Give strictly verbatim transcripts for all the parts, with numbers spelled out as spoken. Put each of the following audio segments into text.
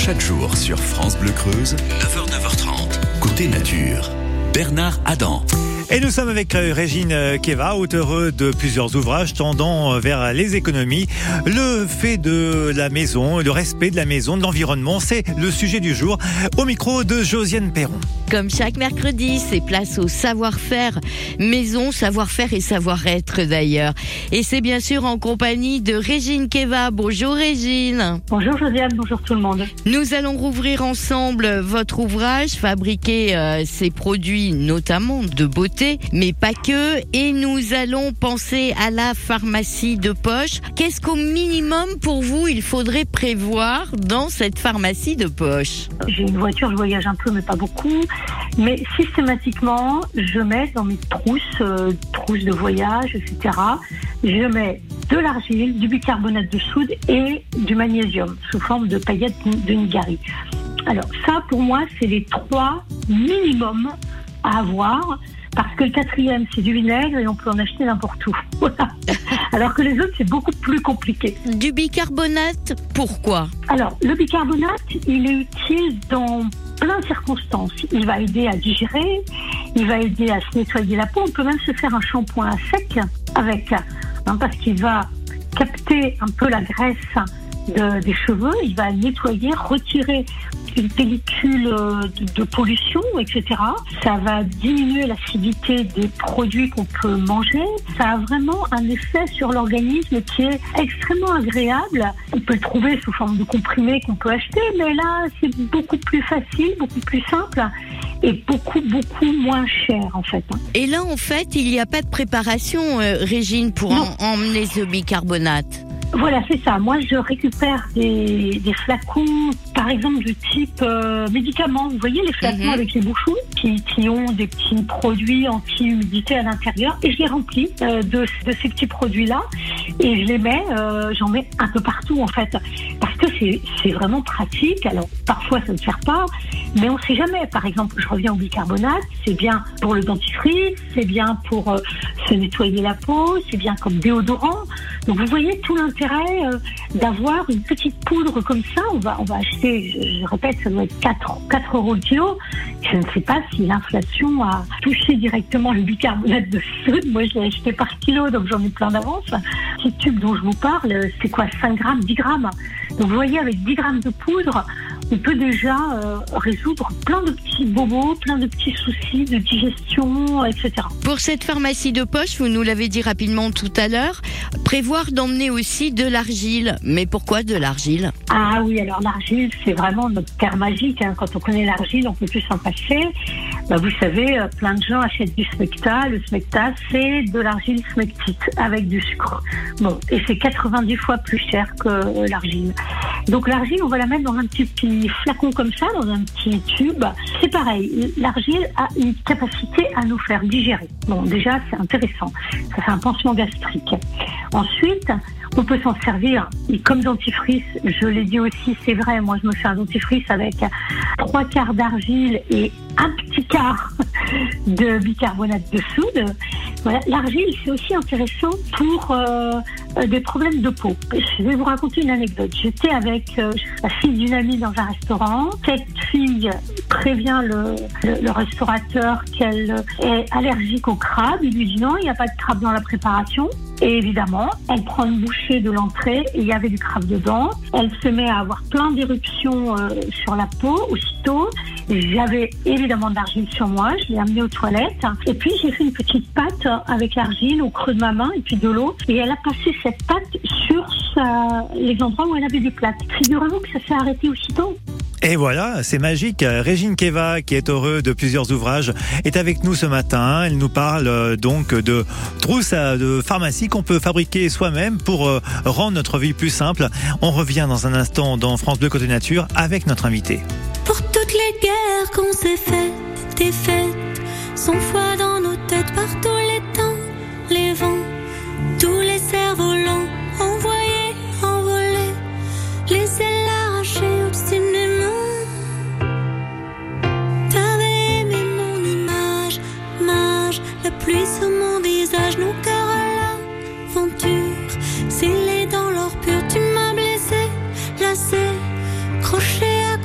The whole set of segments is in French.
Chaque jour sur France Bleu Creuse, neuf heures neuf heures trente. Côté nature, Bernard Adam. Et nous sommes avec Régine Keva, auteure de plusieurs ouvrages tendant vers les économies. Le fait de la maison, le respect de la maison, de l'environnement, c'est le sujet du jour. Au micro de Josiane Perron. Comme chaque mercredi, c'est place au savoir-faire maison, savoir-faire et savoir-être d'ailleurs. Et c'est bien sûr en compagnie de Régine Keva. Bonjour Régine. Bonjour Josiane, bonjour tout le monde. Nous allons rouvrir ensemble votre ouvrage, fabriquer euh, ces produits notamment de beauté, mais pas que. Et nous allons penser à la pharmacie de poche. Qu'est-ce qu'au minimum pour vous il faudrait prévoir dans cette pharmacie de poche? J'ai une voiture, je voyage un peu mais pas beaucoup. Mais systématiquement, je mets dans mes trousses, euh, trousses de voyage, et cetera, je mets de l'argile, du bicarbonate de soude et du magnésium sous forme de paillettes de nigari. Alors ça, pour moi, c'est les trois minimums à avoir. Parce que le quatrième, c'est du vinaigre et on peut en acheter n'importe où. Voilà. Alors que les autres, c'est beaucoup plus compliqué. Du bicarbonate, pourquoi? Alors, le bicarbonate, il est utile dans plein de circonstances. Il va aider à digérer, il va aider à se nettoyer la peau. On peut même se faire un shampoing à sec avec, hein, parce qu'il va capter un peu la graisse de, des cheveux, il va nettoyer, retirer une pellicule de, de pollution, et cetera. Ça va diminuer l'acidité des produits qu'on peut manger. Ça a vraiment un effet sur l'organisme qui est extrêmement agréable. On peut le trouver sous forme de comprimés qu'on peut acheter, mais là, c'est beaucoup plus facile, beaucoup plus simple et beaucoup, beaucoup moins cher, en fait. Et là, en fait, il n'y a pas de préparation, euh, Régine, pour en, emmener ce bicarbonate? Voilà, c'est ça. Moi, je récupère des, des flacons, par exemple, du type euh, médicaments. Vous voyez les flacons mmh. avec les bouchons qui, qui ont des petits produits anti-humidité à l'intérieur. Et je les remplis euh, de, de ces petits produits-là. Et je les mets, euh, j'en mets un peu partout, en fait. Parce que c'est, c'est vraiment pratique. Alors, parfois, ça ne sert pas. Mais on ne sait jamais. Par exemple, je reviens au bicarbonate. C'est bien pour le dentifrice. C'est bien pour euh, se nettoyer la peau. C'est bien comme déodorant. Donc, vous voyez tout l'intérêt euh, d'avoir une petite poudre comme ça. On va, on va acheter, je, je répète, ça doit être quatre euros le kilo. Je ne sais pas si l'inflation a touché directement le bicarbonate de soude. Moi, je l'ai acheté par kilo, donc j'en ai plein d'avance. Ce tube dont je vous parle, c'est quoi, cinq grammes, dix grammes. Donc, vous voyez, avec dix grammes de poudre, on peut déjà euh, résoudre plein de petits bobos, plein de petits soucis de digestion, et cetera. Pour cette pharmacie de poche, vous nous l'avez dit rapidement tout à l'heure, prévoir d'emmener aussi de l'argile. Mais pourquoi de l'argile? Ah oui, alors l'argile, c'est vraiment notre terre magique. Hein. Quand on connaît l'argile, on peut plus s'en passer. Bah, vous savez, plein de gens achètent du smecta. Le smecta, c'est de l'argile smectite avec du sucre. Bon, et c'est quatre-vingt-dix fois plus cher que l'argile. Donc l'argile, on va la mettre dans un petit, petit flacon comme ça, dans un petit tube. C'est pareil, l'argile a une capacité à nous faire digérer. Bon, déjà, c'est intéressant. Ça fait un pansement gastrique. Ensuite, on peut s'en servir comme dentifrice. Je l'ai dit aussi, c'est vrai. Moi, je me fais un dentifrice avec trois quarts d'argile et un petit quart de bicarbonate de soude. Voilà. L'argile, c'est aussi intéressant pour euh, des problèmes de peau. Je vais vous raconter une anecdote. J'étais avec euh, la fille d'une amie dans un restaurant. Cette fille prévient le, le, le restaurateur qu'elle est allergique au crabe. Il lui dit non, il n'y a pas de crabe dans la préparation. Et évidemment, elle prend une bouchée de l'entrée et il y avait du crabe dedans. Elle se met à avoir plein d'éruptions euh, sur la peau aussitôt. J'avais évidemment de l'argile sur moi, je l'ai amenée aux toilettes. Et puis j'ai fait une petite pâte avec l'argile au creux de ma main et puis de l'eau. Et elle a passé cette pâte sur sa... les endroits où elle avait des plaques. Figurez-vous que ça s'est arrêté aussitôt. Et voilà, c'est magique. Régine Keva, qui est heureuse de plusieurs ouvrages, est avec nous ce matin. Elle nous parle donc de trousses de pharmacie qu'on peut fabriquer soi-même pour rendre notre vie plus simple. On revient dans un instant dans France Bleu Côté Nature avec notre invité. Pour toutes les guerres qu'on s'est faites, des fêtes, sans foi dans nos têtes par tous les temps, les vents, tous les cerfs-volants, envoyés, envolés, les ailes arrachées obstinément. La pluie sur mon visage, nos cœurs à l'aventure, scellés dans l'or pur, tu m'as blessé, lacé, croché à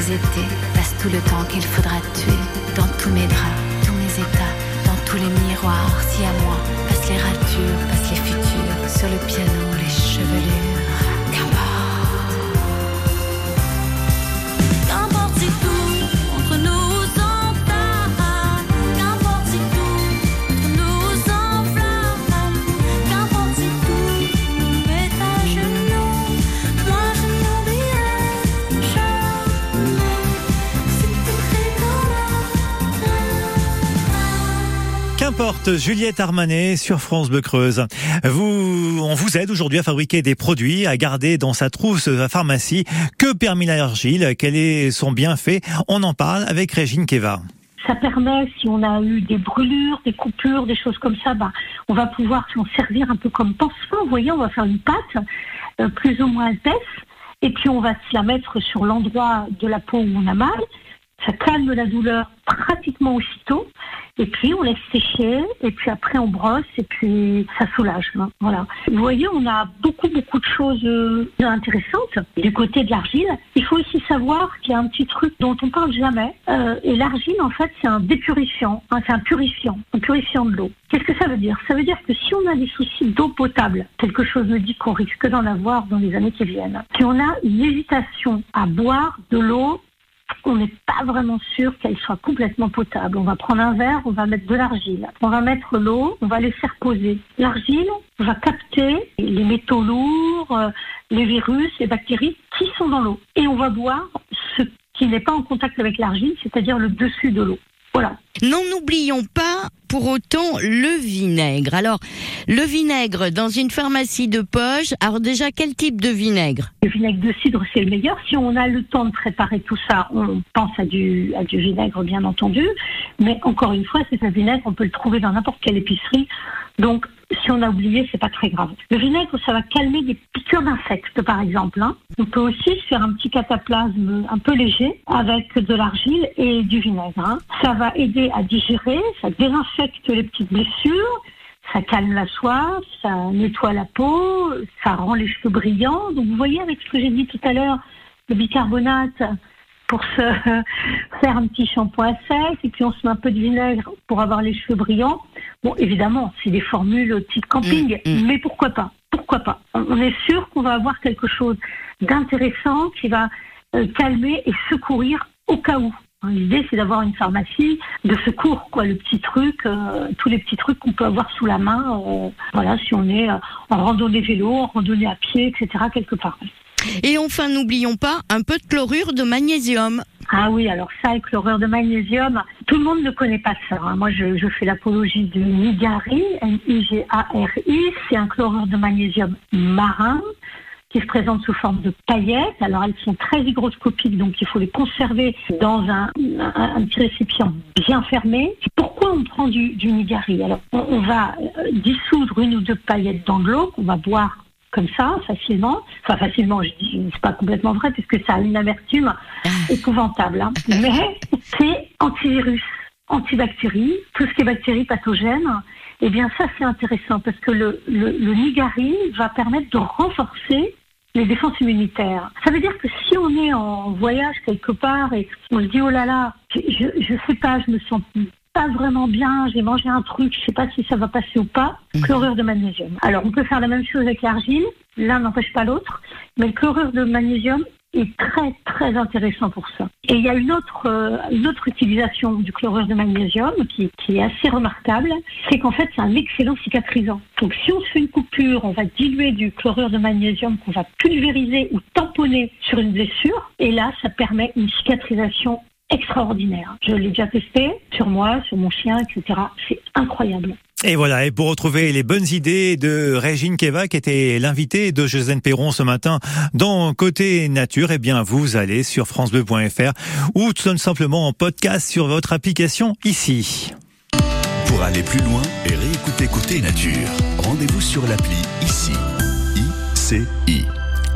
les étés, passe tout le temps qu'il faudra tuer. Dans tous mes draps, tous mes états, dans tous les miroirs, si à moi, passe les ratures, passe les futurs, sur le piano, les chevelures, qu'importe. Qu'importe si tout entre nous s'enflamme, qu'importe si tout entre nous s'enflamme, qu'importe si tout nous met à genoux, moi je n'oublierai jamais, c'est tout très Qu'importe, Juliette Armanet sur France Bleu Creuse. Vous, on vous aide aujourd'hui à fabriquer des produits à garder dans sa trousse à pharmacie. Que permet l'argile? Quel est son bienfait? On en parle avec Régine Keva. Ça permet, si on a eu des brûlures, des coupures, des choses comme ça, bah, on va pouvoir s'en servir un peu comme pansement. Vous voyez, on va faire une pâte euh, plus ou moins épaisse, et puis on va se la mettre sur l'endroit de la peau où on a mal. Ça calme la douleur pratiquement aussitôt. Et puis, on laisse sécher, et puis après, on brosse, et puis ça soulage. Hein, voilà. Vous voyez, on a beaucoup, beaucoup de choses euh, intéressantes du côté de l'argile. Il faut aussi savoir qu'il y a un petit truc dont on parle jamais. Euh, et l'argile, en fait, c'est un dépurifiant. Hein, c'est un purifiant, un purifiant de l'eau. Qu'est-ce que ça veut dire? Ça veut dire que si on a des soucis d'eau potable, quelque chose me dit qu'on risque d'en avoir dans les années qui viennent, si on a une hésitation à boire de l'eau, on n'est pas vraiment sûr qu'elle soit complètement potable. On va prendre un verre, on va mettre de l'argile. On va mettre l'eau, on va laisser reposer. L'argile va capter les métaux lourds, les virus, les bactéries qui sont dans l'eau. Et on va boire ce qui n'est pas en contact avec l'argile, c'est-à-dire le dessus de l'eau. Voilà. N'en oublions pas pour autant le vinaigre. Alors, le vinaigre dans une pharmacie de poche, alors déjà, quel type de vinaigre? Le vinaigre de cidre, c'est le meilleur. Si on a le temps de préparer tout ça, on pense à du, à du vinaigre, bien entendu. Mais encore une fois, c'est un vinaigre, on peut le trouver dans n'importe quelle épicerie. Donc, si on a oublié, c'est pas très grave. Le vinaigre, ça va calmer des piqûres d'insectes, par exemple. Hein. On peut aussi se faire un petit cataplasme un peu léger avec de l'argile et du vinaigre. Hein. Ça va aider à digérer, ça désinfecte les petites blessures, ça calme la soif, ça nettoie la peau, ça rend les cheveux brillants. Donc, vous voyez, avec ce que j'ai dit tout à l'heure, le bicarbonate pour se faire un petit shampoing sec, et puis on se met un peu de vinaigre pour avoir les cheveux brillants. Bon, évidemment, c'est des formules type camping, mmh, mmh. mais pourquoi pas? Pourquoi pas? On est sûr qu'on va avoir quelque chose d'intéressant qui va euh, calmer et secourir au cas où. L'idée, c'est d'avoir une pharmacie de secours, quoi, le petit truc, euh, tous les petits trucs qu'on peut avoir sous la main, euh, voilà, si on est euh, en randonnée vélo, en randonnée à pied, et cetera, quelque part. Et enfin, n'oublions pas un peu de chlorure de magnésium. Ah oui, alors ça, le chlorure de magnésium, tout le monde ne connaît pas ça. Hein. Moi, je, je fais l'apologie du Nigari, N I G A R I. C'est un chlorure de magnésium marin qui se présente sous forme de paillettes. Alors, elles sont très hygroscopiques, donc il faut les conserver dans un, un, un petit récipient bien fermé. Pourquoi on prend du, du Nigari? Alors, on, on va dissoudre une ou deux paillettes dans de l'eau qu'on va boire comme ça, facilement. Enfin, facilement, je dis, c'est pas complètement vrai, puisque ça a une amertume épouvantable. Hein. Mais c'est antivirus, antibactéries, tout ce qui est bactéries pathogènes. Eh bien, ça, c'est intéressant, parce que le, le, le Nigari va permettre de renforcer les défenses immunitaires. Ça veut dire que si on est en voyage quelque part et on se dit, oh là là, je, je sais pas, je me sens pas vraiment bien, j'ai mangé un truc, je sais pas si ça va passer ou pas, chlorure de magnésium. Alors, on peut faire la même chose avec l'argile, l'un n'empêche pas l'autre, mais le chlorure de magnésium est très, très intéressant pour ça. Et il y a une autre, euh, une autre utilisation du chlorure de magnésium qui, qui est assez remarquable, c'est qu'en fait, c'est un excellent cicatrisant. Donc, si on se fait une coupure, on va diluer du chlorure de magnésium qu'on va pulvériser ou tamponner sur une blessure, et là, ça permet une cicatrisation extraordinaire. Je l'ai déjà testé sur moi, sur mon chien, et cetera. C'est incroyable. Et voilà, et pour retrouver les bonnes idées de Régine Keva, qui était l'invitée de Josiane Perron ce matin dans Côté Nature, eh bien, vous allez sur francebleu point f r ou tout simplement en podcast sur votre application ici. Pour aller plus loin et réécouter Côté Nature, rendez-vous sur l'appli ici. I C I.